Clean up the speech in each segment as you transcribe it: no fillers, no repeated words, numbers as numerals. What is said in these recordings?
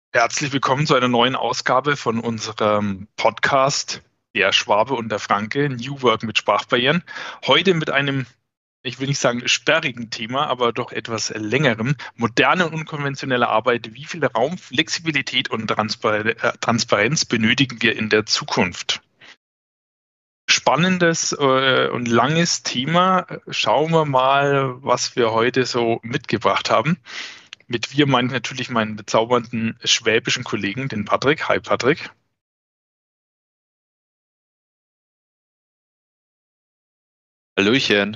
Herzlich willkommen zu einer neuen Ausgabe von unserem Podcast Der Schwabe und der Franke, New Work mit Sprachbarrieren. Heute mit einem, ich will nicht sagen sperrigen Thema, aber doch etwas längerem. Moderne und unkonventionelle Arbeit. Wie viel Raum, Flexibilität und Transparenz benötigen wir in der Zukunft? Spannendes und langes Thema. Schauen wir mal, was wir heute so mitgebracht haben. Mit wir meine ich natürlich meinen bezaubernden schwäbischen Kollegen, den Patrick. Hi Patrick. Hallöchen.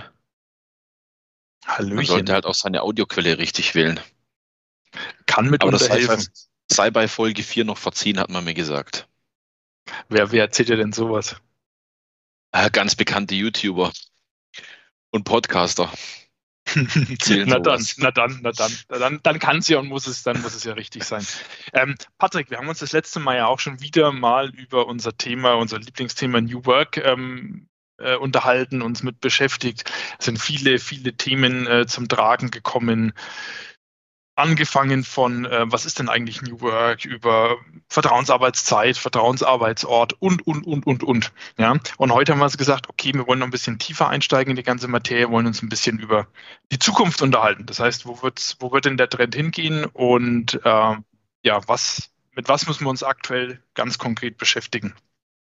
Man sollte Hallöchen. halt auch seine Audioquelle richtig wählen. Kann Aber das mitunter helfen. sei bei Folge 4 noch verziehen, hat man mir gesagt. Wer erzählt dir denn sowas? Ganz bekannte YouTuber und Podcaster erzählen Na dann, sowas. na dann, na dann, dann kann es ja und dann muss es ja richtig sein. Patrick, wir haben uns das letzte Mal ja auch schon wieder mal über unser Thema, unser Lieblingsthema New Work unterhalten, uns mit beschäftigt. Es sind viele, viele Themen zum Tragen gekommen. Angefangen von, was ist denn eigentlich New Work, über Vertrauensarbeitszeit, Vertrauensarbeitsort und. Ja? Und heute haben wir uns gesagt, okay, wir wollen noch ein bisschen tiefer einsteigen in die ganze Materie, wollen uns ein bisschen über die Zukunft unterhalten. Das heißt, wo wird denn der Trend hingehen und ja, mit was müssen wir uns aktuell ganz konkret beschäftigen?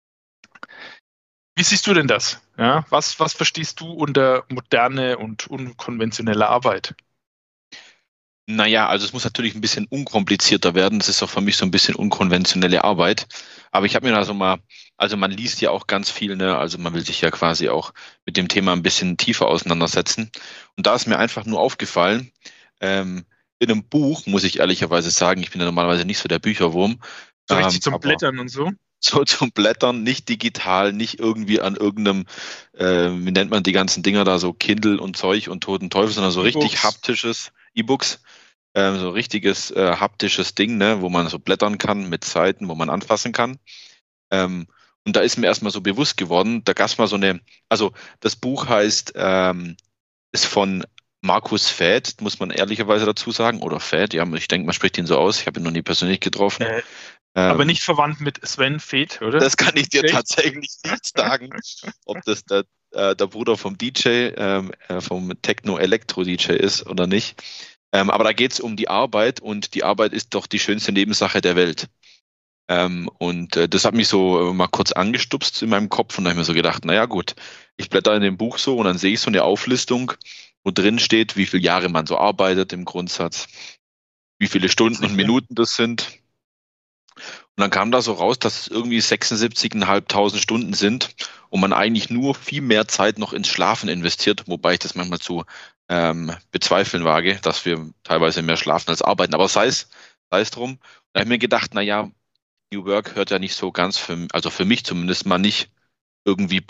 Wie siehst du denn das? Ja? Was verstehst du unter moderne und unkonventionelle Arbeit? Naja, also es muss natürlich ein bisschen unkomplizierter werden. Das ist auch für mich so ein bisschen unkonventionelle Arbeit. Aber ich habe mir da so mal, also man liest ja auch ganz viel, ne? Also man will sich ja quasi auch mit dem Thema ein bisschen tiefer auseinandersetzen. Und da ist mir einfach nur aufgefallen, in einem Buch, muss ich ehrlicherweise sagen, ich bin ja normalerweise nicht so der Bücherwurm, So richtig zum aber Blättern und so? so zum Blättern, nicht digital, nicht irgendwie an irgendeinem, wie nennt man die ganzen Dinger da, so Kindle und Zeug und Toten Teufel, sondern so richtig E-Books. haptisches E-Books, so richtiges haptisches Ding, ne, wo man so blättern kann mit Seiten, wo man anfassen kann. Ähm, und da ist mir erstmal so bewusst geworden, da gab es mal so eine, also das Buch heißt, ist von Markus Fäth, muss man ehrlicherweise dazu sagen, oder Fäth, ja, ich denke, man spricht ihn so aus, ich habe ihn noch nie persönlich getroffen. Äh, aber Ähm, nicht verwandt mit Sven Feth, oder? Das kann ich dir DJ? tatsächlich nicht sagen, ob das der Bruder vom DJ, vom Techno-Elektro-DJ ist oder nicht. Aber da geht es um die Arbeit und die Arbeit ist doch die schönste Nebensache der Welt. Und das hat mich so mal kurz angestupst in meinem Kopf und da habe ich mir so gedacht, naja gut, ich blätter in dem Buch so und dann sehe ich so eine Auflistung, wo drin steht, wie viele Jahre man so arbeitet im Grundsatz, wie viele Stunden und Sicher. Minuten das sind. Und dann kam da so raus, dass es irgendwie 76.500 Stunden sind und man eigentlich nur viel mehr Zeit noch ins Schlafen investiert, wobei ich das manchmal zu bezweifeln wage, dass wir teilweise mehr schlafen als arbeiten. Aber sei es drum. Da habe ich mir gedacht, naja, New Work hört ja nicht so ganz also für mich zumindest mal nicht irgendwie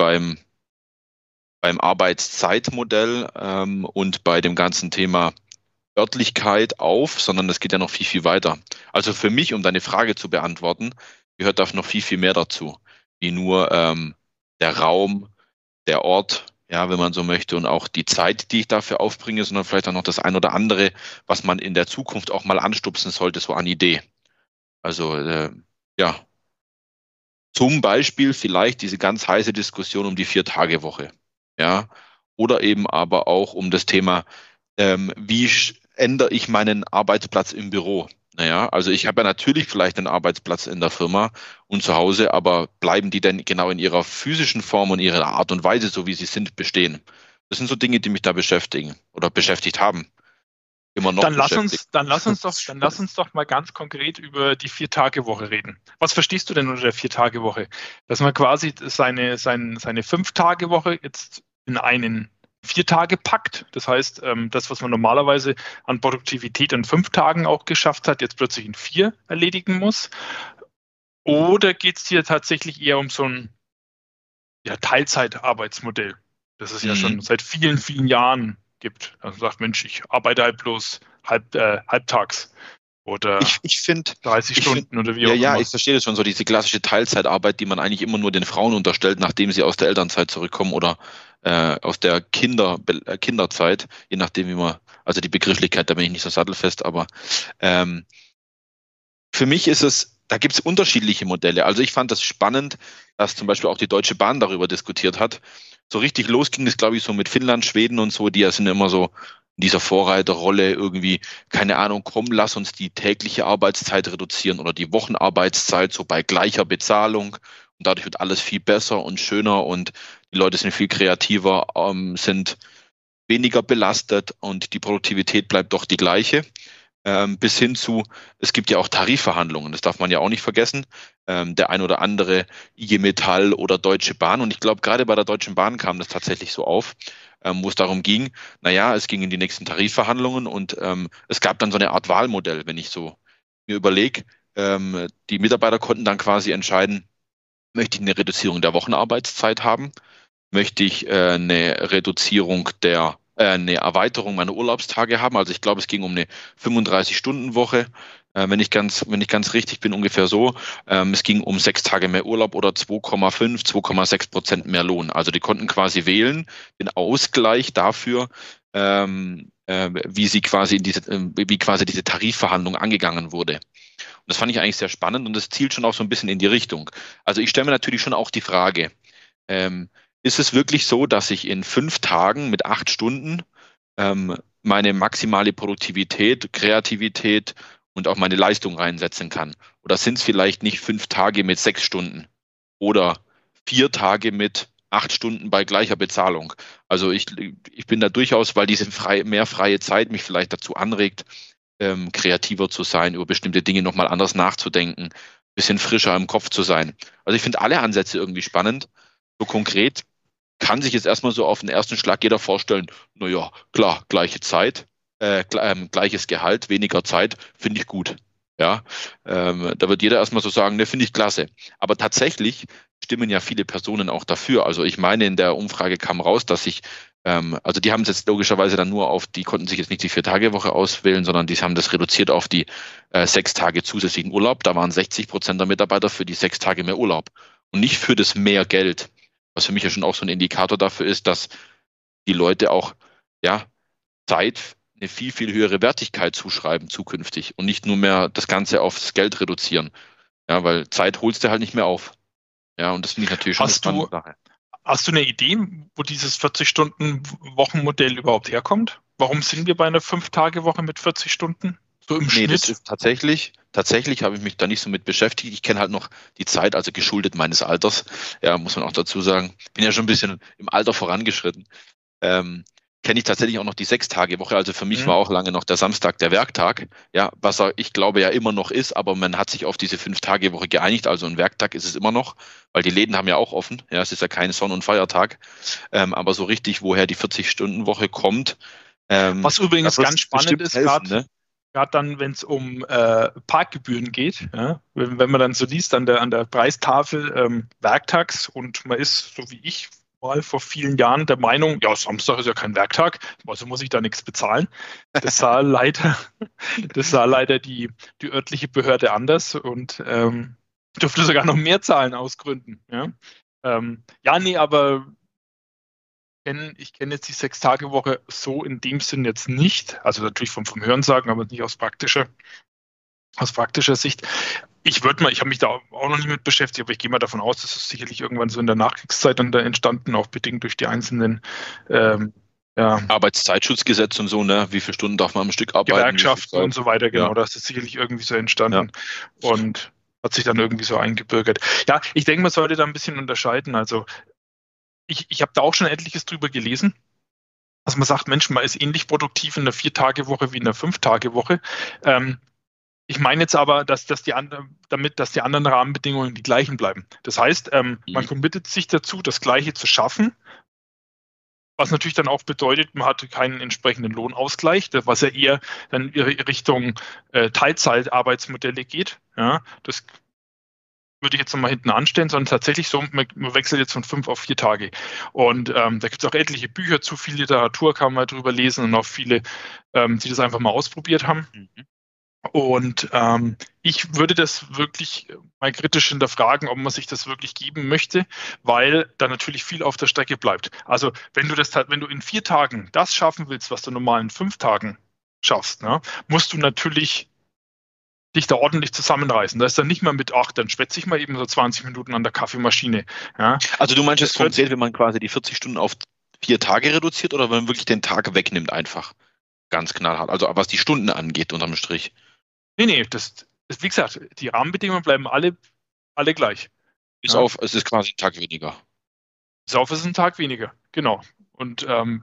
beim Arbeitszeitmodell und bei dem ganzen Thema Örtlichkeit auf, sondern es geht ja noch viel, viel weiter. Also für mich, um deine Frage zu beantworten, gehört da noch viel, viel mehr dazu, wie nur der Raum, der Ort, ja, wenn man so möchte, und auch die Zeit, die ich dafür aufbringe, sondern vielleicht auch noch das ein oder andere, was man in der Zukunft auch mal anstupsen sollte, so an Idee. Also ja, zum Beispiel vielleicht diese ganz heiße Diskussion um die Vier-Tage-Woche, ja, oder eben aber auch um das Thema wie ändere ich meinen Arbeitsplatz im Büro? Naja, also ich habe ja natürlich vielleicht einen Arbeitsplatz in der Firma und zu Hause, aber bleiben die denn genau in ihrer physischen Form und ihrer Art und Weise, so wie sie sind, bestehen? Das sind so Dinge, die mich da beschäftigen oder beschäftigt haben, immer noch beschäftigt. Dann lass uns doch mal ganz konkret über die Vier-Tage-Woche reden. Was verstehst du denn unter der Vier-Tage-Woche? Dass man quasi seine Fünf-Tage-Woche jetzt in einen 4 Tage packt. Das heißt, das, was man normalerweise an Produktivität in 5 Tagen auch geschafft hat, jetzt plötzlich in 4 erledigen muss. Oder geht es hier tatsächlich eher um so ein ja, Teilzeitarbeitsmodell, das es ja Mhm. schon seit vielen, vielen Jahren gibt? Also sagt, Mensch, ich arbeite halt bloß halbtags oder Ich finde, 30 ich finde, Stunden oder wie ja, auch ja, immer. ich verstehe das schon so, diese klassische Teilzeitarbeit, die man eigentlich immer nur den Frauen unterstellt, nachdem sie aus der Elternzeit zurückkommen oder aus der Kinderzeit, je nachdem, wie man, also die Begrifflichkeit, da bin ich nicht so sattelfest, aber ähm, für mich ist es, da gibt es unterschiedliche Modelle. Also ich fand das spannend, dass zum Beispiel auch die Deutsche Bahn darüber diskutiert hat. So richtig los ging es, glaube ich, so mit Finnland, Schweden und so, die ja sind immer so in dieser Vorreiterrolle irgendwie, keine Ahnung, komm, lass uns die tägliche Arbeitszeit reduzieren oder die Wochenarbeitszeit so bei gleicher Bezahlung. Und dadurch wird alles viel besser und schöner und die Leute sind viel kreativer, sind weniger belastet und die Produktivität bleibt doch die gleiche. Bis hin zu, es gibt ja auch Tarifverhandlungen, das darf man ja auch nicht vergessen. Der ein oder andere IG Metall oder Deutsche Bahn. Und ich glaube, gerade bei der Deutschen Bahn kam das tatsächlich so auf, wo es darum ging, naja, es ging in die nächsten Tarifverhandlungen und es gab dann so eine Art Wahlmodell, wenn ich so mir überlege. Die Mitarbeiter konnten dann quasi entscheiden, möchte ich eine Reduzierung der Wochenarbeitszeit haben? Möchte ich eine Reduzierung eine Erweiterung meiner Urlaubstage haben? Also ich glaube, es ging um eine 35-Stunden-Woche, wenn ich ganz richtig bin, ungefähr so. Es ging um 6 Tage mehr Urlaub oder 2,6% mehr Lohn. Also die konnten quasi wählen, den Ausgleich dafür, wie quasi diese Tarifverhandlung angegangen wurde. Und das fand ich eigentlich sehr spannend und das zielt schon auch so ein bisschen in die Richtung. Also ich stelle mir natürlich schon auch die Frage, ist es wirklich so, dass ich in 5 Tagen mit 8 Stunden meine maximale Produktivität, Kreativität und auch meine Leistung reinsetzen kann? Oder sind es vielleicht nicht 5 Tage mit 6 Stunden oder 4 Tage mit 8 Stunden bei gleicher Bezahlung? Also ich bin da durchaus, weil diese mehr freie Zeit mich vielleicht dazu anregt, kreativer zu sein, über bestimmte Dinge nochmal anders nachzudenken, bisschen frischer im Kopf zu sein. Also ich finde alle Ansätze irgendwie spannend. So konkret kann sich jetzt erstmal so auf den ersten Schlag jeder vorstellen, naja, klar, gleiche Zeit, gleiches Gehalt, weniger Zeit, finde ich gut. Ja, da wird jeder erstmal so sagen, ne, finde ich klasse. Aber tatsächlich stimmen ja viele Personen auch dafür. Also ich meine, in der Umfrage kam raus, dass also die haben es jetzt logischerweise dann die konnten sich jetzt nicht die 4-Tage-Woche auswählen, sondern die haben das reduziert auf die 6 Tage zusätzlichen Urlaub. Da waren 60% der Mitarbeiter für die 6 Tage mehr Urlaub und nicht für das mehr Geld. Was für mich ja schon auch so ein Indikator dafür ist, dass die Leute auch ja Zeit eine viel, viel höhere Wertigkeit zuschreiben zukünftig und nicht nur mehr das Ganze aufs Geld reduzieren. Ja, weil Zeit holst du halt nicht mehr auf. Ja, und das finde ich natürlich schon eine spannende Sache. Hast du eine Idee, wo dieses 40-Stunden-Wochenmodell überhaupt herkommt? Warum sind wir bei einer 5-Tage-Woche mit 40 Stunden? So im Schnitt? Das ist tatsächlich habe ich mich da nicht so mit beschäftigt. Ich kenne halt noch die Zeit, also geschuldet meines Alters. Ja, muss man auch dazu sagen. Bin ja schon ein bisschen im Alter vorangeschritten. Kenne ich tatsächlich auch noch die 6-Tage-Woche. Also für mich war auch lange noch der Samstag der Werktag. Ja, was ich glaube ja immer noch ist, aber man hat sich auf diese 5-Tage-Woche geeinigt. Also ein Werktag ist es immer noch, weil die Läden haben ja auch offen. Ja, es ist ja kein Sonn- und Feiertag. Aber so richtig, woher die 40-Stunden-Woche kommt. Was übrigens ganz spannend ist, gerade dann, wenn es um Parkgebühren geht, ja, wenn man dann so liest an der Preistafel werktags und man ist, so wie ich, mal vor vielen Jahren der Meinung, ja, Samstag ist ja kein Werktag, also muss ich da nichts bezahlen. Das sah leider die örtliche Behörde anders und dürfte sogar noch mehr zahlen aus Gründen. Ja, aber ich kenne jetzt die 6-Tage-Woche so in dem Sinn jetzt nicht, also natürlich vom Hörensagen, aber nicht aus praktischer Sicht. Ich habe mich da auch noch nicht mit beschäftigt, aber ich gehe mal davon aus, dass es sicherlich irgendwann so in der Nachkriegszeit dann da entstanden, auch bedingt durch die einzelnen Arbeitszeitschutzgesetz und so, ne? Wie viele Stunden darf man am Stück arbeiten? Gewerkschaften und so weiter, genau, da ist es sicherlich irgendwie so entstanden und hat sich dann irgendwie so eingebürgert. Ja, ich denke, man sollte da ein bisschen unterscheiden. Also ich habe da auch schon etliches drüber gelesen, dass man sagt, Mensch, man ist ähnlich produktiv in einer 4-Tage-Woche wie in einer 5-Tage-Woche. Ich meine jetzt aber, dass die anderen Rahmenbedingungen die gleichen bleiben. Das heißt, man committet sich dazu, das Gleiche zu schaffen, was natürlich dann auch bedeutet, man hat keinen entsprechenden Lohnausgleich, was ja eher dann Richtung Teilzeitarbeitsmodelle geht. Ja, das würde ich jetzt nochmal hinten anstellen, sondern tatsächlich so, man wechselt jetzt von 5 auf 4 Tage. Und da gibt es auch etliche Bücher zu, viel Literatur kann man drüber lesen und auch viele, die das einfach mal ausprobiert haben. Und ich würde das wirklich mal kritisch hinterfragen, ob man sich das wirklich geben möchte, weil da natürlich viel auf der Strecke bleibt. Also wenn du in 4 Tagen das schaffen willst, was du normal in 5 Tagen schaffst, ne, musst du natürlich dich da ordentlich zusammenreißen. Da ist dann nicht mal mit, ach, dann schwätze ich mal eben so 20 Minuten an der Kaffeemaschine. Ja. Also du meinst, es funktioniert, wenn man quasi die 40 Stunden auf 4 Tage reduziert oder wenn man wirklich den Tag wegnimmt einfach? Ganz knallhart. Also was die Stunden angeht, unterm Strich. Nee, wie gesagt, die Rahmenbedingungen bleiben alle gleich. Bis auf, es ist quasi ein Tag weniger. Bis auf, es ist ein Tag weniger, genau. Und dann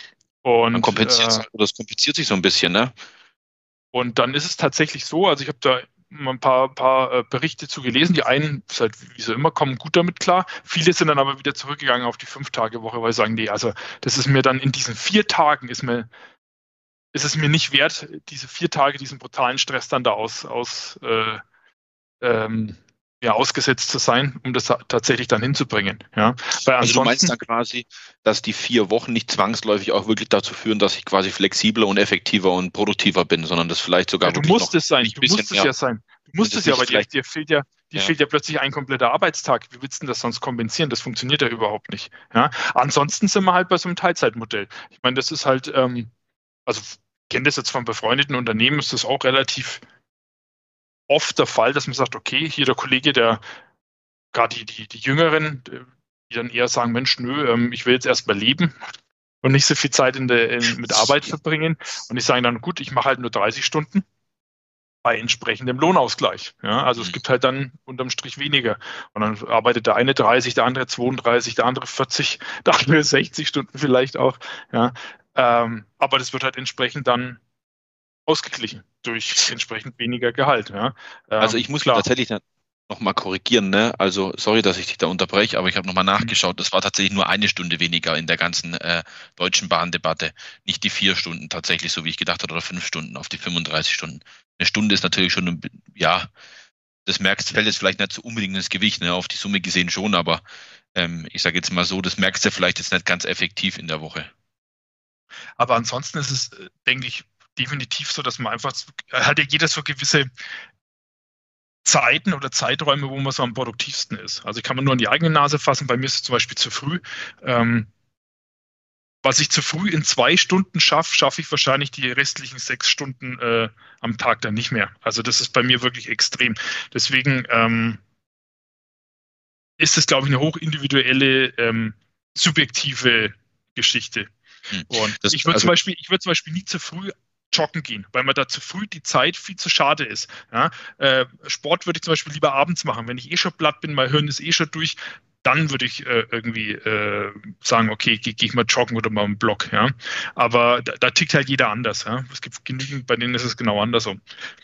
das kompliziert sich so ein bisschen, ne? Und dann ist es tatsächlich so, also ich habe da mal ein paar Berichte zu gelesen. Die einen, halt, wie so immer, kommen gut damit klar. Viele sind dann aber wieder zurückgegangen auf die 5-Tage-Woche, weil sie sagen, nee, also das ist mir dann in diesen 4 Tagen ist es mir nicht wert, diese 4 Tage, diesen brutalen Stress dann da ausgesetzt zu sein, um das tatsächlich dann hinzubringen. Ja. Weil also du meinst dann quasi, dass die 4 Wochen nicht zwangsläufig auch wirklich dazu führen, dass ich quasi flexibler und effektiver und produktiver bin, sondern das vielleicht sogar ja, du musst es sein. Du musst es ja sein. Du musst es ja, aber dir fehlt ja plötzlich ein kompletter Arbeitstag. Wie willst du das sonst kompensieren? Das funktioniert ja überhaupt nicht. Ja. Ansonsten sind wir halt bei so einem Teilzeitmodell. Ich meine, das ist halt, also ich kenne das jetzt von befreundeten Unternehmen, ist das auch relativ oft der Fall, dass man sagt, okay, hier der Kollege, der gerade die Jüngeren, die dann eher sagen, Mensch, nö, ich will jetzt erst mal leben und nicht so viel Zeit mit Arbeit verbringen. Und ich sage dann, gut, ich mache halt nur 30 Stunden bei entsprechendem Lohnausgleich. Ja, also es gibt halt dann unterm Strich weniger. Und dann arbeitet der eine 30, der andere 32, der andere 40, der andere 60 Stunden vielleicht auch. Ja, aber das wird halt entsprechend dann ausgeglichen durch entsprechend weniger Gehalt. Ja. Also ich muss tatsächlich noch mal korrigieren, ne? Also sorry, dass ich dich da unterbreche, aber ich habe nochmal nachgeschaut. Das war tatsächlich nur 1 Stunde weniger in der ganzen Deutschen Bahndebatte. Nicht die 4 Stunden tatsächlich, so wie ich gedacht habe, oder 5 Stunden auf die 35 Stunden. 1 Stunde ist natürlich schon, ja, das fällt jetzt vielleicht nicht so unbedingt ins Gewicht, ne? Auf die Summe gesehen schon, aber ich sage jetzt mal so, das merkst du vielleicht jetzt nicht ganz effektiv in der Woche. Aber ansonsten ist es, denke ich, definitiv so, dass man einfach, hat ja jeder so gewisse Zeiten oder Zeiträume, wo man so am produktivsten ist. Also ich kann man nur an die eigene Nase fassen. Bei mir ist es zum Beispiel zu früh. Was ich zu früh in 2 Stunden schaffe ich wahrscheinlich die restlichen 6 Stunden am Tag dann nicht mehr. Also das ist bei mir wirklich extrem. Deswegen ist es, glaube ich, eine hochindividuelle, subjektive Geschichte. Und ich würde zum Beispiel nie zu früh joggen gehen, weil mir da zu früh die Zeit viel zu schade ist. Ja? Sport würde ich zum Beispiel lieber abends machen. Wenn ich schon platt bin, mein Hirn ist schon durch, dann würde ich irgendwie sagen, okay, gehe ich mal joggen oder mal im Block. Ja? Aber da tickt halt jeder anders. Ja? Es gibt genügend, bei denen ist es genau andersrum.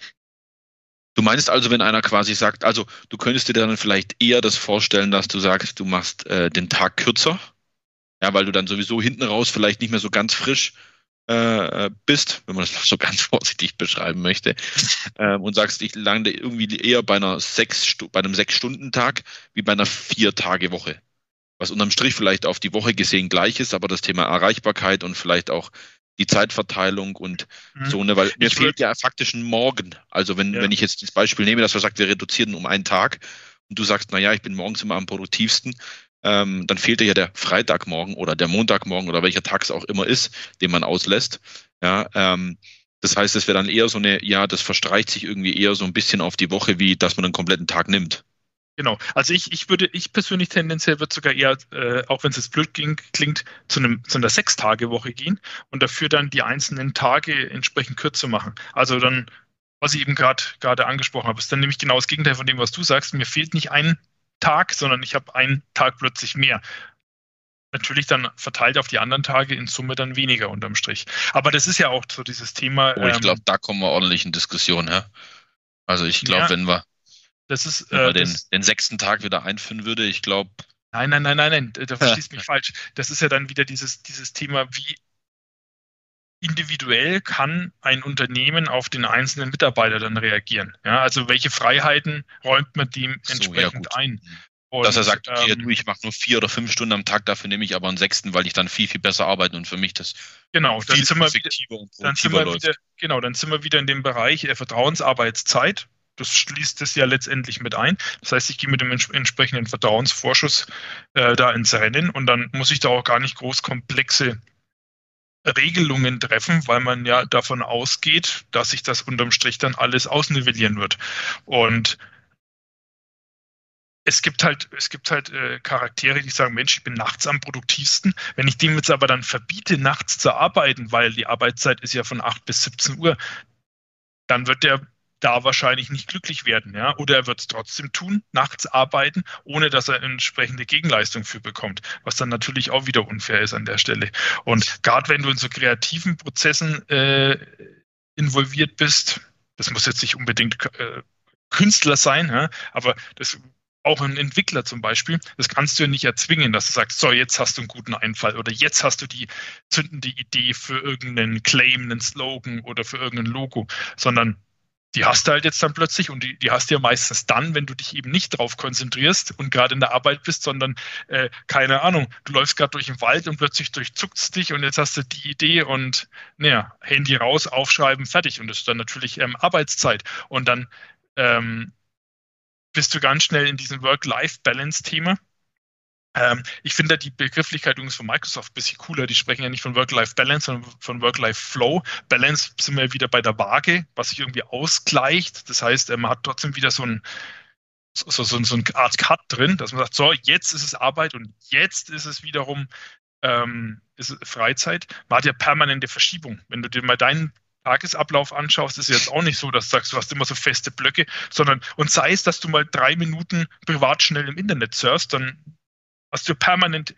Du meinst also, wenn einer quasi sagt, also du könntest dir dann vielleicht eher das vorstellen, dass du sagst, du machst den Tag kürzer, ja, weil du dann sowieso hinten raus vielleicht nicht mehr so ganz frisch bist, wenn man das so ganz vorsichtig beschreiben möchte, und sagst, ich lande irgendwie eher bei einem 6-Stunden-Tag wie bei einer 4-Tage-Woche. Was unterm Strich vielleicht auf die Woche gesehen gleich ist, aber das Thema Erreichbarkeit und vielleicht auch die Zeitverteilung und so, ne, weil mir fehlt ja faktisch ein Morgen. Also wenn ich jetzt das Beispiel nehme, dass wir sagen, wir reduzieren um einen Tag und du sagst, naja, ich bin morgens immer am produktivsten, dann fehlt dir ja der Freitagmorgen oder der Montagmorgen oder welcher Tag es auch immer ist, den man auslässt. Ja, das heißt, es wäre dann eher so das verstreicht sich irgendwie eher so ein bisschen auf die Woche, wie dass man einen kompletten Tag nimmt. Genau. Also ich persönlich tendenziell würde sogar eher, auch wenn es jetzt blöd klingt, zu einer 6-Tage-Woche gehen und dafür dann die einzelnen Tage entsprechend kürzer machen. Also dann, was ich eben gerade angesprochen habe, ist dann nämlich genau das Gegenteil von dem, was du sagst. Mir fehlt nicht ein Tag, sondern ich habe einen Tag plötzlich mehr. Natürlich dann verteilt auf die anderen Tage in Summe dann weniger unterm Strich. Aber das ist ja auch so dieses Thema. Ich glaube, da kommen wir ordentlich in Diskussion, ja. Also ich glaube, wenn man den 6. Tag wieder einführen würde, ich glaube. Nein, da verstehst du mich falsch. Das ist ja dann wieder dieses Thema, wie individuell kann ein Unternehmen auf den einzelnen Mitarbeiter dann reagieren. Ja, also welche Freiheiten räumt man dem entsprechend ein? Und, dass er sagt, okay, ich mache nur 4 oder 5 Stunden am Tag, dafür nehme ich aber einen 6., weil ich dann viel, viel besser arbeite und für mich das genau, viel effektiver und produktiver läuft. Dann sind wir wieder in dem Bereich Vertrauensarbeitszeit. Das schließt es ja letztendlich mit ein. Das heißt, ich gehe mit dem entsprechenden Vertrauensvorschuss da ins Rennen und dann muss ich da auch gar nicht groß komplexe Regelungen treffen, weil man ja davon ausgeht, dass sich das unterm Strich dann alles ausnivellieren wird. Und es gibt halt Charaktere, die sagen, Mensch, ich bin nachts am produktivsten. Wenn ich dem jetzt aber dann verbiete, nachts zu arbeiten, weil die Arbeitszeit ist ja von 8 bis 17 Uhr, dann wird der da wahrscheinlich nicht glücklich werden, ja. Oder er wird es trotzdem tun, nachts arbeiten, ohne dass er entsprechende Gegenleistung für bekommt, was dann natürlich auch wieder unfair ist an der Stelle. Und gerade wenn du in so kreativen Prozessen involviert bist, das muss jetzt nicht unbedingt Künstler sein, ja, aber das auch ein Entwickler zum Beispiel, das kannst du ja nicht erzwingen, dass du sagst, so, jetzt hast du einen guten Einfall oder jetzt hast du die zündende Idee für irgendeinen Claim, einen Slogan oder für irgendein Logo, sondern die hast du halt jetzt dann plötzlich und die hast du ja meistens dann, wenn du dich eben nicht drauf konzentrierst und gerade in der Arbeit bist, sondern keine Ahnung, du läufst gerade durch den Wald und plötzlich durchzuckt es dich und jetzt hast du die Idee und naja, Handy raus, aufschreiben, fertig und das ist dann natürlich Arbeitszeit und dann bist du ganz schnell in diesem Work-Life-Balance-Thema. Ich finde die Begrifflichkeit übrigens von Microsoft ein bisschen cooler. Die sprechen ja nicht von Work-Life-Balance, sondern von Work-Life-Flow. Balance sind wir wieder bei der Waage, was sich irgendwie ausgleicht. Das heißt, man hat trotzdem wieder so eine Art Cut drin, dass man sagt, so, jetzt ist es Arbeit und jetzt ist es wiederum ist es Freizeit. Man hat ja permanente Verschiebung. Wenn du dir mal deinen Tagesablauf anschaust, ist es jetzt auch nicht so, dass du sagst, du hast immer so feste Blöcke, sondern und sei es, dass du mal 3 Minuten privat schnell im Internet surfst, dann hast du permanent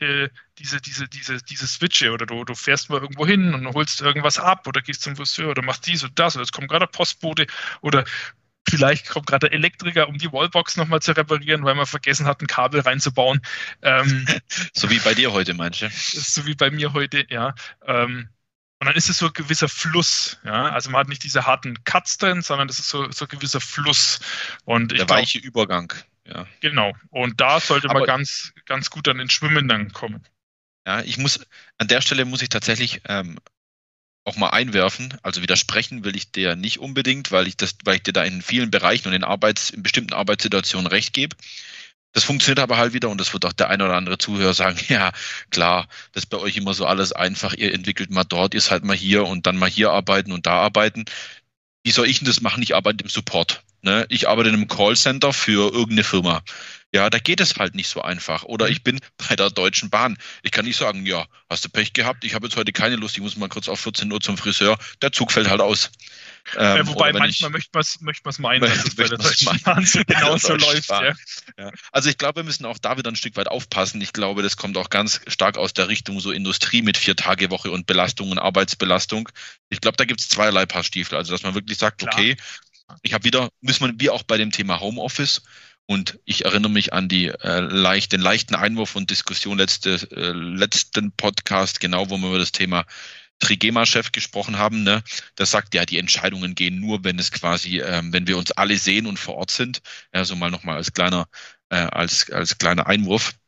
diese Switche oder du fährst mal irgendwo hin und holst irgendwas ab oder gehst zum Friseur oder machst dies und das oder es kommt gerade der Postbote oder vielleicht kommt gerade der Elektriker, um die Wallbox nochmal zu reparieren, weil man vergessen hat, ein Kabel reinzubauen. So wie bei dir heute, meinst du? So wie bei mir heute, ja. Und dann ist es so ein gewisser Fluss, ja. Also man hat nicht diese harten Cuts drin, sondern das ist so ein gewisser Fluss. Und der weiche Übergang, ja. Genau. Und da sollte man ganz, ganz gut an den Schwimmen dann kommen. Ja, an der Stelle muss ich tatsächlich auch mal einwerfen. Also widersprechen will ich dir nicht unbedingt, weil ich dir da in vielen Bereichen und in bestimmten Arbeitssituationen recht gebe. Das funktioniert aber halt wieder und das wird auch der ein oder andere Zuhörer sagen, ja, klar, das ist bei euch immer so alles einfach, ihr entwickelt mal dort, ihr seid mal hier und dann mal hier arbeiten und da arbeiten. Wie soll ich denn das machen? Ich arbeite im Support. Ne? Ich arbeite in einem Callcenter für irgendeine Firma. Ja, da geht es halt nicht so einfach. Oder ich bin bei der Deutschen Bahn. Ich kann nicht sagen, ja, hast du Pech gehabt, ich habe jetzt heute keine Lust, ich muss mal kurz auf 14 Uhr zum Friseur, der Zug fällt halt aus. Wobei manchmal möchte man es meinen, dass es bei der Deutschen Bahn genauso läuft. Ja. Ja. Also ich glaube, wir müssen auch da wieder ein Stück weit aufpassen. Ich glaube, das kommt auch ganz stark aus der Richtung so Industrie mit 4-Tage-Woche und Belastung und Arbeitsbelastung. Ich glaube, da gibt es zweierlei Paar Stiefel. Also dass man wirklich sagt, klar, okay, ich habe wieder, wie auch bei dem Thema Homeoffice, und ich erinnere mich an den leichten Einwurf und Diskussion letzten Podcast, genau, wo wir über das Thema Trigema-Chef gesprochen haben, ne? Das sagt ja, die Entscheidungen gehen nur, wenn es quasi, wenn wir uns alle sehen und vor Ort sind. Ja, so mal nochmal als kleiner Einwurf.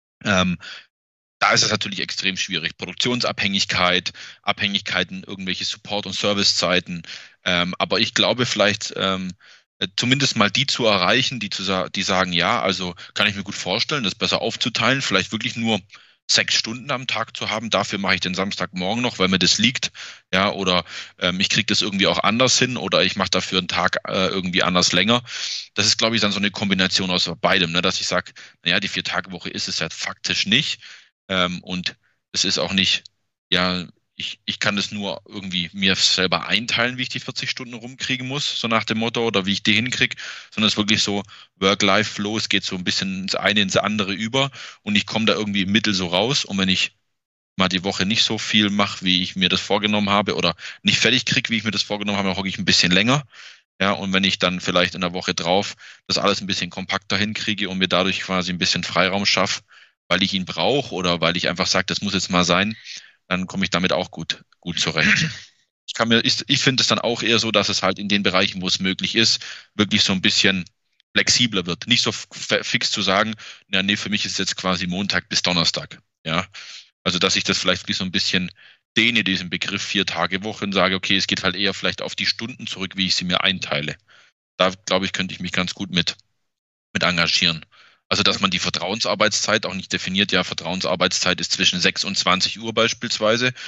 Da ist es natürlich extrem schwierig. Produktionsabhängigkeit, Abhängigkeiten, irgendwelche Support- und Servicezeiten. Aber ich glaube vielleicht zumindest mal die zu erreichen, die sagen, ja, also kann ich mir gut vorstellen, das besser aufzuteilen, vielleicht wirklich nur 6 Stunden am Tag zu haben. Dafür mache ich den Samstagmorgen noch, weil mir das liegt. Ja, oder ich kriege das irgendwie auch anders hin oder ich mache dafür einen Tag irgendwie anders länger. Das ist, glaube ich, dann so eine Kombination aus beidem, ne? Dass ich sage, naja, die 4-Tage-Woche ist es ja faktisch nicht. Und es ist auch nicht, ja, ich kann das nur irgendwie mir selber einteilen, wie ich die 40 Stunden rumkriegen muss, so nach dem Motto, oder wie ich die hinkriege, sondern es ist wirklich so Work-Life-Flow, es geht so ein bisschen ins eine ins andere über und ich komme da irgendwie im Mittel so raus und wenn ich mal die Woche nicht so viel mache, wie ich mir das vorgenommen habe oder nicht fertig kriege, wie ich mir das vorgenommen habe, dann hocke ich ein bisschen länger. Ja, und wenn ich dann vielleicht in der Woche drauf das alles ein bisschen kompakter hinkriege und mir dadurch quasi ein bisschen Freiraum schaffe, weil ich ihn brauche oder weil ich einfach sage, das muss jetzt mal sein, dann komme ich damit auch gut zurecht. Ich finde es dann auch eher so, dass es halt in den Bereichen, wo es möglich ist, wirklich so ein bisschen flexibler wird. Nicht so fix zu sagen, na nee, für mich ist jetzt quasi Montag bis Donnerstag. Ja, also dass ich das vielleicht wirklich so ein bisschen dehne, diesen Begriff 4-Tage-Woche und sage, okay, es geht halt eher vielleicht auf die Stunden zurück, wie ich sie mir einteile. Da, glaube ich, könnte ich mich ganz gut mit engagieren. Also, dass man die Vertrauensarbeitszeit auch nicht definiert. Ja, Vertrauensarbeitszeit ist zwischen 6 und 20 Uhr beispielsweise.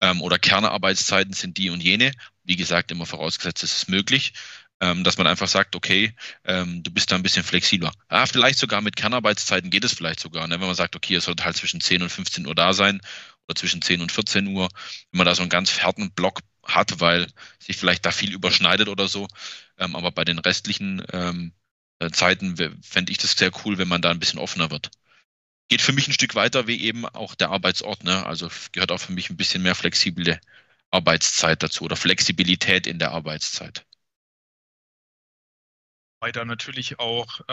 oder Kernarbeitszeiten sind die und jene. Wie gesagt, immer vorausgesetzt, es ist möglich, dass man einfach sagt, okay, du bist da ein bisschen flexibler. Vielleicht sogar mit Kernarbeitszeiten geht es vielleicht sogar, ne? Wenn man sagt, okay, es sollte halt zwischen 10 und 15 Uhr da sein oder zwischen 10 und 14 Uhr, wenn man da so einen ganz harten Block hat, weil sich vielleicht da viel überschneidet oder so. Aber bei den restlichen Zeiten fände ich das sehr cool, wenn man da ein bisschen offener wird. Geht für mich ein Stück weiter wie eben auch der Arbeitsort, ne? Also gehört auch für mich ein bisschen mehr flexible Arbeitszeit dazu oder Flexibilität in der Arbeitszeit. Weil da natürlich auch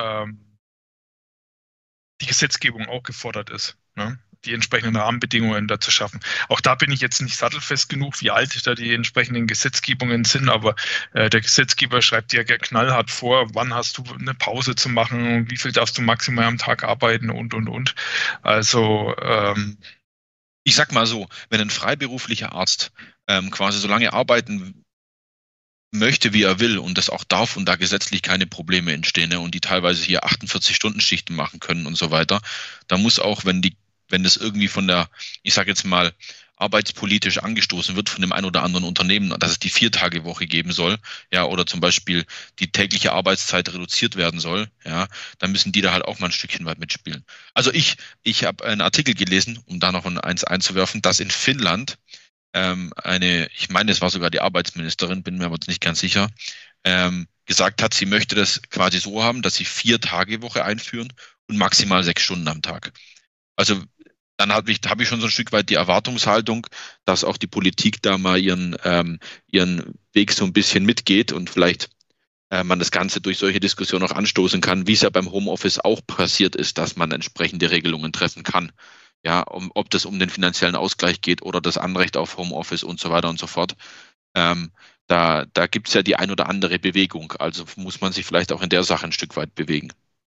die Gesetzgebung auch gefordert ist, ne? Die entsprechenden Rahmenbedingungen da zu schaffen. Auch da bin ich jetzt nicht sattelfest genug, wie alt da die entsprechenden Gesetzgebungen sind, aber der Gesetzgeber schreibt dir knallhart vor, wann hast du eine Pause zu machen, wie viel darfst du maximal am Tag arbeiten und. Also Ich sag mal so, wenn ein freiberuflicher Arzt quasi so lange arbeiten möchte, wie er will und das auch darf und da gesetzlich keine Probleme entstehen, ne, und die teilweise hier 48-Stunden-Schichten machen können und so weiter, da muss auch, wenn das irgendwie von der, ich sage jetzt mal, arbeitspolitisch angestoßen wird von dem ein oder anderen Unternehmen, dass es die 4-Tage-Woche geben soll, ja, oder zum Beispiel die tägliche Arbeitszeit reduziert werden soll, ja, dann müssen die da halt auch mal ein Stückchen weit mitspielen. Also ich habe einen Artikel gelesen, um da noch eins einzuwerfen, dass in Finnland ich meine, es war sogar die Arbeitsministerin, bin mir aber nicht ganz sicher, gesagt hat, sie möchte das quasi so haben, dass sie 4-Tage-Woche einführen und maximal 6 Stunden am Tag. Also dann habe ich schon so ein Stück weit die Erwartungshaltung, dass auch die Politik da mal ihren Weg so ein bisschen mitgeht und vielleicht man das Ganze durch solche Diskussionen auch anstoßen kann, wie es ja beim Homeoffice auch passiert ist, dass man entsprechende Regelungen treffen kann. Ja, ob das um den finanziellen Ausgleich geht oder das Anrecht auf Homeoffice und so weiter und so fort. Da gibt es ja die ein oder andere Bewegung. Also muss man sich vielleicht auch in der Sache ein Stück weit bewegen.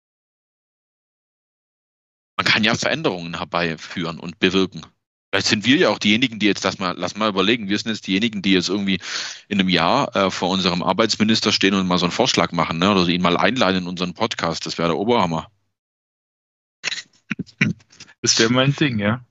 Man kann ja Veränderungen herbeiführen und bewirken. Vielleicht sind wir ja auch diejenigen, die jetzt lass mal überlegen, wir sind jetzt diejenigen, die jetzt irgendwie in einem Jahr vor unserem Arbeitsminister stehen und mal so einen Vorschlag machen, ne? Oder ihn mal einladen in unseren Podcast. Das wäre der Oberhammer. das wäre mein Ding, ja.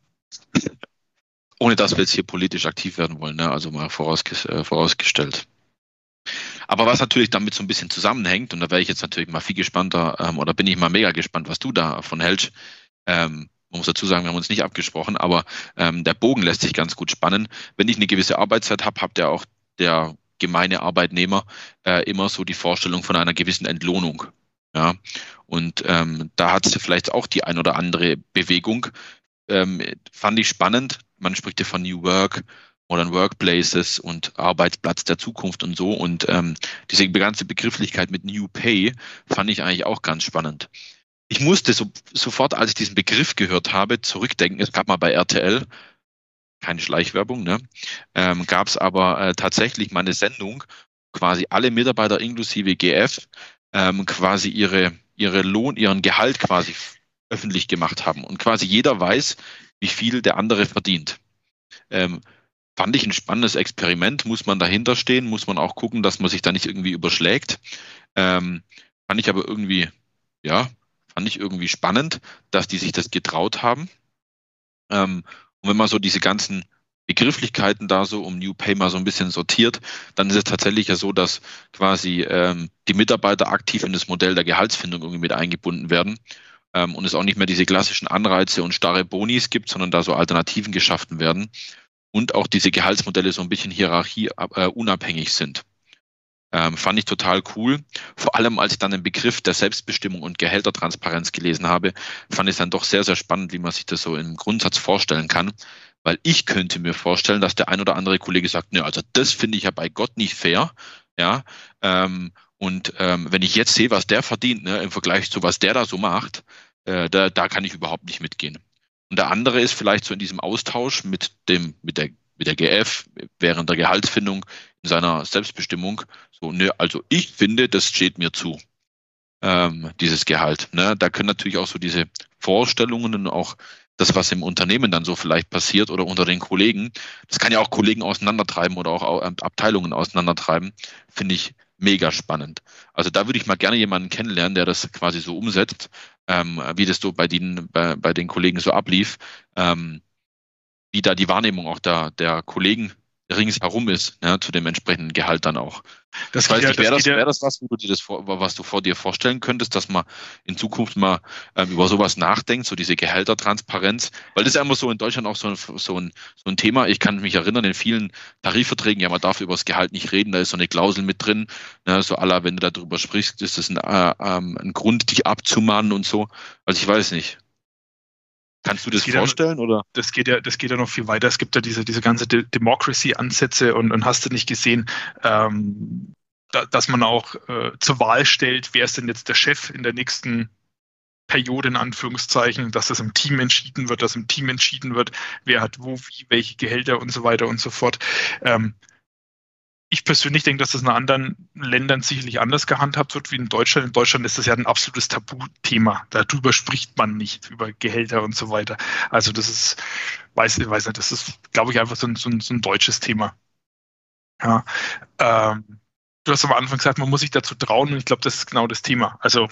Ohne dass wir jetzt hier politisch aktiv werden wollen, ne? Also mal vorausgestellt. Aber was natürlich damit so ein bisschen zusammenhängt, und da wäre ich jetzt natürlich mal viel gespannter, oder bin ich mal mega gespannt, was du davon hältst. Man muss dazu sagen, wir haben uns nicht abgesprochen, aber der Bogen lässt sich ganz gut spannen. Wenn ich eine gewisse Arbeitszeit habe, habt ihr auch der gemeine Arbeitnehmer immer so die Vorstellung von einer gewissen Entlohnung. Ja, und da hat es vielleicht auch die ein oder andere Bewegung. Fand ich spannend. Man spricht ja von New Work, Modern Workplaces und Arbeitsplatz der Zukunft und so. Und diese ganze Begrifflichkeit mit New Pay fand ich eigentlich auch ganz spannend. Ich musste sofort, als ich diesen Begriff gehört habe, zurückdenken. Es gab mal bei RTL, keine Schleichwerbung, ne? Gab es aber tatsächlich mal eine Sendung, quasi alle Mitarbeiter inklusive GF quasi ihren Gehalt quasi öffentlich gemacht haben. Und quasi jeder weiß, wie viel der andere verdient. Fand ich ein spannendes Experiment. Muss man dahinter stehen? Muss man auch gucken, dass man sich da nicht irgendwie überschlägt? Fand ich aber irgendwie, ja, fand ich irgendwie spannend, dass die sich das getraut haben. Und wenn man so diese ganzen Begrifflichkeiten da so um New Pay mal so ein bisschen sortiert, dann ist es tatsächlich ja so, dass quasi die Mitarbeiter aktiv in das Modell der Gehaltsfindung irgendwie mit eingebunden werden und es auch nicht mehr diese klassischen Anreize und starre Bonis gibt, sondern da so Alternativen geschaffen werden und auch diese Gehaltsmodelle so ein bisschen Hierarchie unabhängig sind. Fand ich total cool. Vor allem, als ich dann den Begriff der Selbstbestimmung und Gehältertransparenz gelesen habe, fand ich es dann doch sehr, sehr spannend, wie man sich das so im Grundsatz vorstellen kann. Weil ich könnte mir vorstellen, dass der ein oder andere Kollege sagt, ne, also das finde ich ja bei Gott nicht fair. Ja, wenn ich jetzt sehe, was der verdient, ne, im Vergleich zu was der da so macht, da kann ich überhaupt nicht mitgehen. Und der andere ist vielleicht so in diesem Austausch mit der GF während der Gehaltsfindung in seiner Selbstbestimmung so, ne, also ich finde, das steht mir zu, dieses Gehalt. Ne? Da können natürlich auch so diese Vorstellungen und auch das, was im Unternehmen dann so vielleicht passiert oder unter den Kollegen, das kann ja auch Kollegen auseinandertreiben oder auch Abteilungen auseinandertreiben, finde ich mega spannend. Also da würde ich mal gerne jemanden kennenlernen, der das quasi so umsetzt, wie das so bei den Kollegen so ablief. wie da die Wahrnehmung auch der Kollegen ringsherum ist, ne, zu dem entsprechenden Gehalt dann auch. Das Ich weiß geht ja, nicht, wär das was, wo du dir was du vor dir vorstellen könntest, dass man in Zukunft mal über sowas nachdenkt, so diese Gehältertransparenz? Weil das ist ja immer so in Deutschland auch so ein Thema. Ich kann mich erinnern, in vielen Tarifverträgen, ja, man darf über das Gehalt nicht reden, da ist so eine Klausel mit drin, ne, so à la, wenn du darüber sprichst, ist das ein Grund, dich abzumahnen und so. Also ich weiß nicht. Kannst du das vorstellen, oder? Das geht ja noch viel weiter. Es gibt ja diese ganze Democracy-Ansätze und hast du nicht gesehen, dass man auch zur Wahl stellt, wer ist denn jetzt der Chef in der nächsten Periode, in Anführungszeichen, dass das im Team entschieden wird, wer hat wo, wie, welche Gehälter und so weiter und so fort. Ich persönlich denke, dass das in anderen Ländern sicherlich anders gehandhabt wird wie in Deutschland. In Deutschland ist das ja ein absolutes Tabuthema. Darüber spricht man nicht, über Gehälter und so weiter. Also das ist, weiß nicht, das ist, glaube ich, einfach so ein deutsches Thema. Ja. Du hast am Anfang gesagt, man muss sich dazu trauen und ich glaube, das ist genau das Thema. Also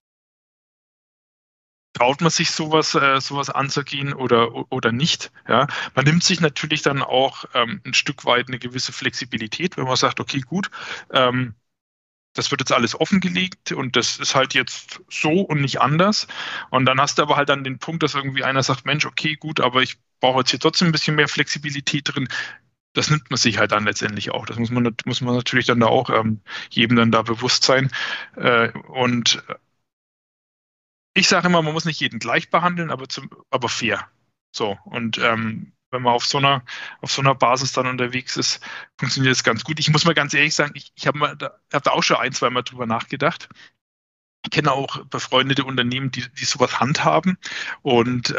traut man sich sowas anzugehen oder nicht? Ja, man nimmt sich natürlich dann auch ein Stück weit eine gewisse Flexibilität, wenn man sagt, okay, gut, das wird jetzt alles offengelegt und das ist halt jetzt so und nicht anders. Und dann hast du aber halt dann den Punkt, dass irgendwie einer sagt, Mensch, okay, gut, aber ich brauche jetzt hier trotzdem ein bisschen mehr Flexibilität drin. Das nimmt man sich halt dann letztendlich auch. Das muss man natürlich dann da auch jedem dann da bewusst sein. Und ich sage immer, man muss nicht jeden gleich behandeln, aber fair. So, und wenn man auf so einer Basis dann unterwegs ist, funktioniert das ganz gut. Ich muss mal ganz ehrlich sagen, ich habe da auch schon ein, zwei Mal drüber nachgedacht. Ich kenne auch befreundete Unternehmen, die sowas handhaben und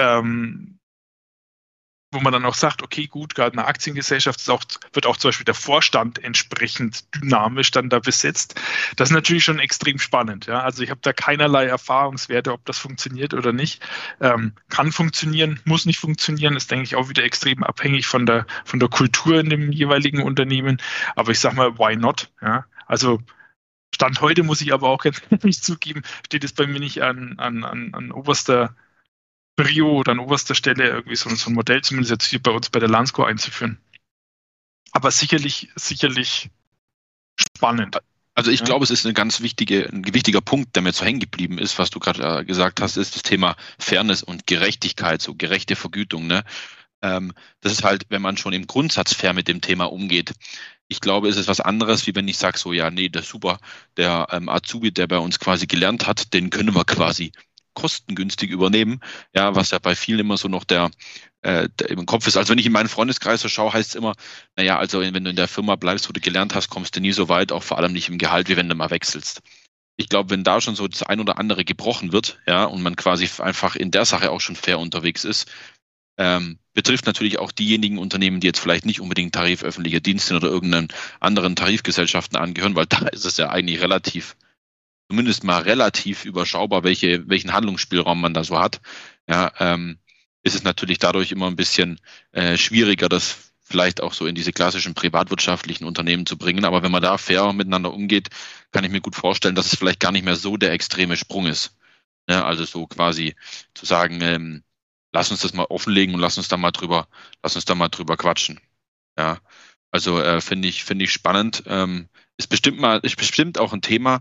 wo man dann auch sagt, okay, gut, gerade in einer Aktiengesellschaft wird auch zum Beispiel der Vorstand entsprechend dynamisch dann da besetzt. Das ist natürlich schon extrem spannend. Ja? Also ich habe da keinerlei Erfahrungswerte, ob das funktioniert oder nicht. Kann funktionieren, muss nicht funktionieren, ist, denke ich, auch wieder extrem abhängig von der Kultur in dem jeweiligen Unternehmen. Aber ich sage mal, why not? Ja? Also Stand heute muss ich aber auch ganz ehrlich zugeben, steht es bei mir nicht an oberster Prio oder an oberster Stelle irgendwie so ein Modell, zumindest jetzt hier bei uns bei der Lansco einzuführen. Aber sicherlich spannend. Also ich Ja. glaube, es ist ein wichtiger Punkt, der mir so hängen geblieben ist, was du gerade gesagt hast, ist das Thema Fairness und Gerechtigkeit, so gerechte Vergütung. Ne? Das ist halt, wenn man schon im Grundsatz fair mit dem Thema umgeht. Ich glaube, es ist was anderes, wie wenn ich sage, so, ja, nee, der super, der Azubi, der bei uns quasi gelernt hat, den können wir quasi kostengünstig übernehmen. Ja, was ja bei vielen immer so noch der im Kopf ist. Also wenn ich in meinen Freundeskreis so schaue, heißt es immer, naja, also wenn du in der Firma bleibst, wo du gelernt hast, kommst du nie so weit, auch vor allem nicht im Gehalt, wie wenn du mal wechselst. Ich glaube, wenn da schon so das ein oder andere gebrochen wird, ja, und man quasi einfach in der Sache auch schon fair unterwegs ist, betrifft natürlich auch diejenigen Unternehmen, die jetzt vielleicht nicht unbedingt tariföffentlicher Dienst sind oder irgendeinen anderen Tarifgesellschaften angehören, weil da ist es ja eigentlich zumindest mal relativ überschaubar, welchen Handlungsspielraum man da so hat. Ja, ist es natürlich dadurch immer ein bisschen schwieriger, das vielleicht auch so in diese klassischen privatwirtschaftlichen Unternehmen zu bringen. Aber wenn man da fair miteinander umgeht, kann ich mir gut vorstellen, dass es vielleicht gar nicht mehr so der extreme Sprung ist. Ja, also so quasi zu sagen, lass uns das mal offenlegen und lass uns da mal drüber quatschen. Ja, also finde ich spannend. Ist bestimmt auch ein Thema,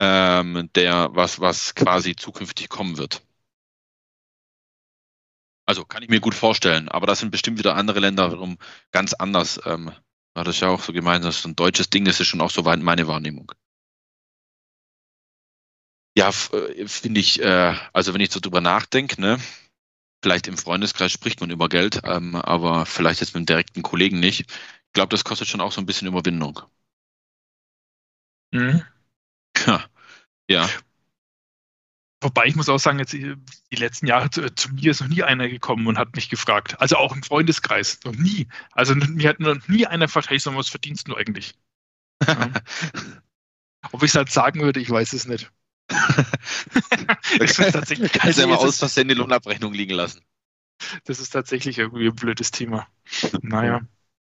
was quasi zukünftig kommen wird. Also kann ich mir gut vorstellen, aber das sind bestimmt wieder andere Länder wiederum ganz anders. Das ist ja auch so gemeint, das ist ein deutsches Ding, das ist schon auch so weit meine Wahrnehmung. Ja, finde ich, also wenn ich so drüber nachdenke, ne, vielleicht im Freundeskreis spricht man über Geld, aber vielleicht jetzt mit dem direkten Kollegen nicht. Ich glaube, das kostet schon auch so ein bisschen Überwindung. Mhm. Ja, ja. Wobei ich muss auch sagen, jetzt die letzten Jahre zu mir ist noch nie einer gekommen und hat mich gefragt. Also auch im Freundeskreis, noch nie. Also mir hat noch nie einer gefragt, hey, was verdienst du eigentlich? Ja. Ob ich es halt sagen würde, ich weiß es nicht. Das ist tatsächlich, kannst du ja mal aus Versehen die Lohnabrechnung liegen lassen. Das ist tatsächlich irgendwie ein blödes Thema. Naja.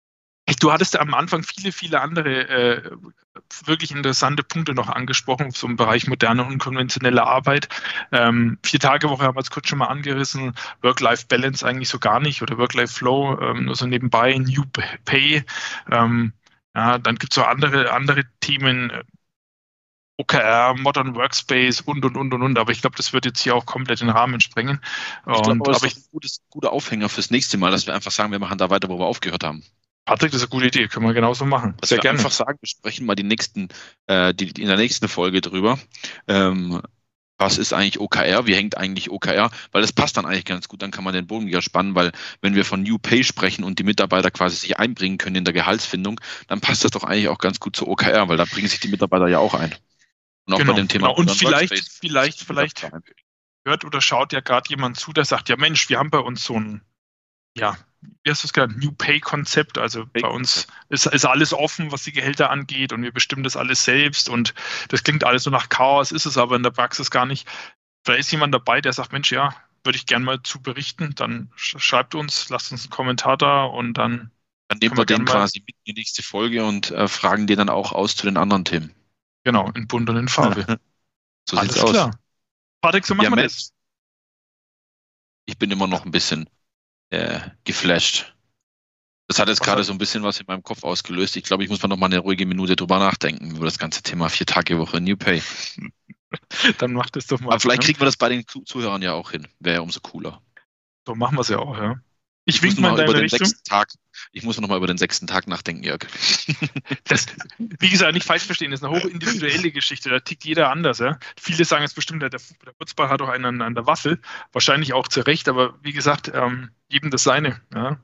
Du hattest am Anfang viele andere wirklich interessante Punkte noch angesprochen, so im Bereich moderne und konventionelle Arbeit. 4-Tage-Woche haben wir jetzt kurz schon mal angerissen, Work-Life-Balance eigentlich so gar nicht oder Work-Life-Flow, nur so nebenbei, New Pay. Ja, dann gibt es so andere Themen, OKR, Modern Workspace und. Aber ich glaube, das wird jetzt hier auch komplett den Rahmen sprengen. Ich glaube, aber das ist ein guter Aufhänger fürs nächste Mal, dass wir einfach sagen, wir machen da weiter, wo wir aufgehört haben. Patrick, das ist eine gute Idee, können wir genauso machen. Sehr gerne. Einfach sagen, wir sprechen mal in der nächsten Folge drüber. Was ist eigentlich OKR? Wie hängt eigentlich OKR? Weil das passt dann eigentlich ganz gut, dann kann man den Bogen wieder spannen, weil wenn wir von New Pay sprechen und die Mitarbeiter quasi sich einbringen können in der Gehaltsfindung, dann passt das doch eigentlich auch ganz gut zu OKR, weil da bringen sich die Mitarbeiter ja auch ein. Und auch bei dem Thema. Genau. Und vielleicht hört oder schaut ja gerade jemand zu, der sagt, ja Mensch, wir haben bei uns so ein, ja, wie hast du es genannt, New Pay-Konzept, also bei uns ist alles offen, was die Gehälter angeht und wir bestimmen das alles selbst und das klingt alles so nach Chaos, ist es aber in der Praxis gar nicht. Vielleicht ist jemand dabei, der sagt, Mensch, ja, würde ich gerne mal zu berichten, dann schreibt uns, lasst uns einen Kommentar da und dann nehmen wir den quasi mit in die nächste Folge und fragen den dann auch aus zu den anderen Themen. Genau, in bunt und in Farbe. So sieht's aus. Klar. Patrick, so machen wir das. Ich bin immer noch ein bisschen geflasht. Das hat jetzt gerade so ein bisschen was in meinem Kopf ausgelöst. Ich glaube, ich muss mal noch mal eine ruhige Minute drüber nachdenken über das ganze Thema 4-Tage-Woche New Pay. Dann macht es doch mal. Aber vielleicht kriegen wir das bei den Zuhörern ja auch hin. Wäre ja umso cooler. So machen wir es ja auch, ja. Ich muss noch mal über den 6. Tag. Ich muss noch mal über den 6. Tag nachdenken, Jörg. Das, wie gesagt, nicht falsch verstehen, das ist eine hochindividuelle Geschichte, da tickt jeder anders. Ja? Viele sagen jetzt bestimmt, der Futzball hat auch einen an der Waffel, wahrscheinlich auch zu Recht, aber wie gesagt, jedem das seine. Ja?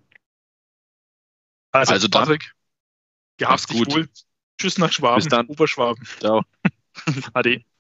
Also Patrick, gehabt dich wohl. Tschüss nach Schwaben, bis dann. Oberschwaben. Ciao. Ade.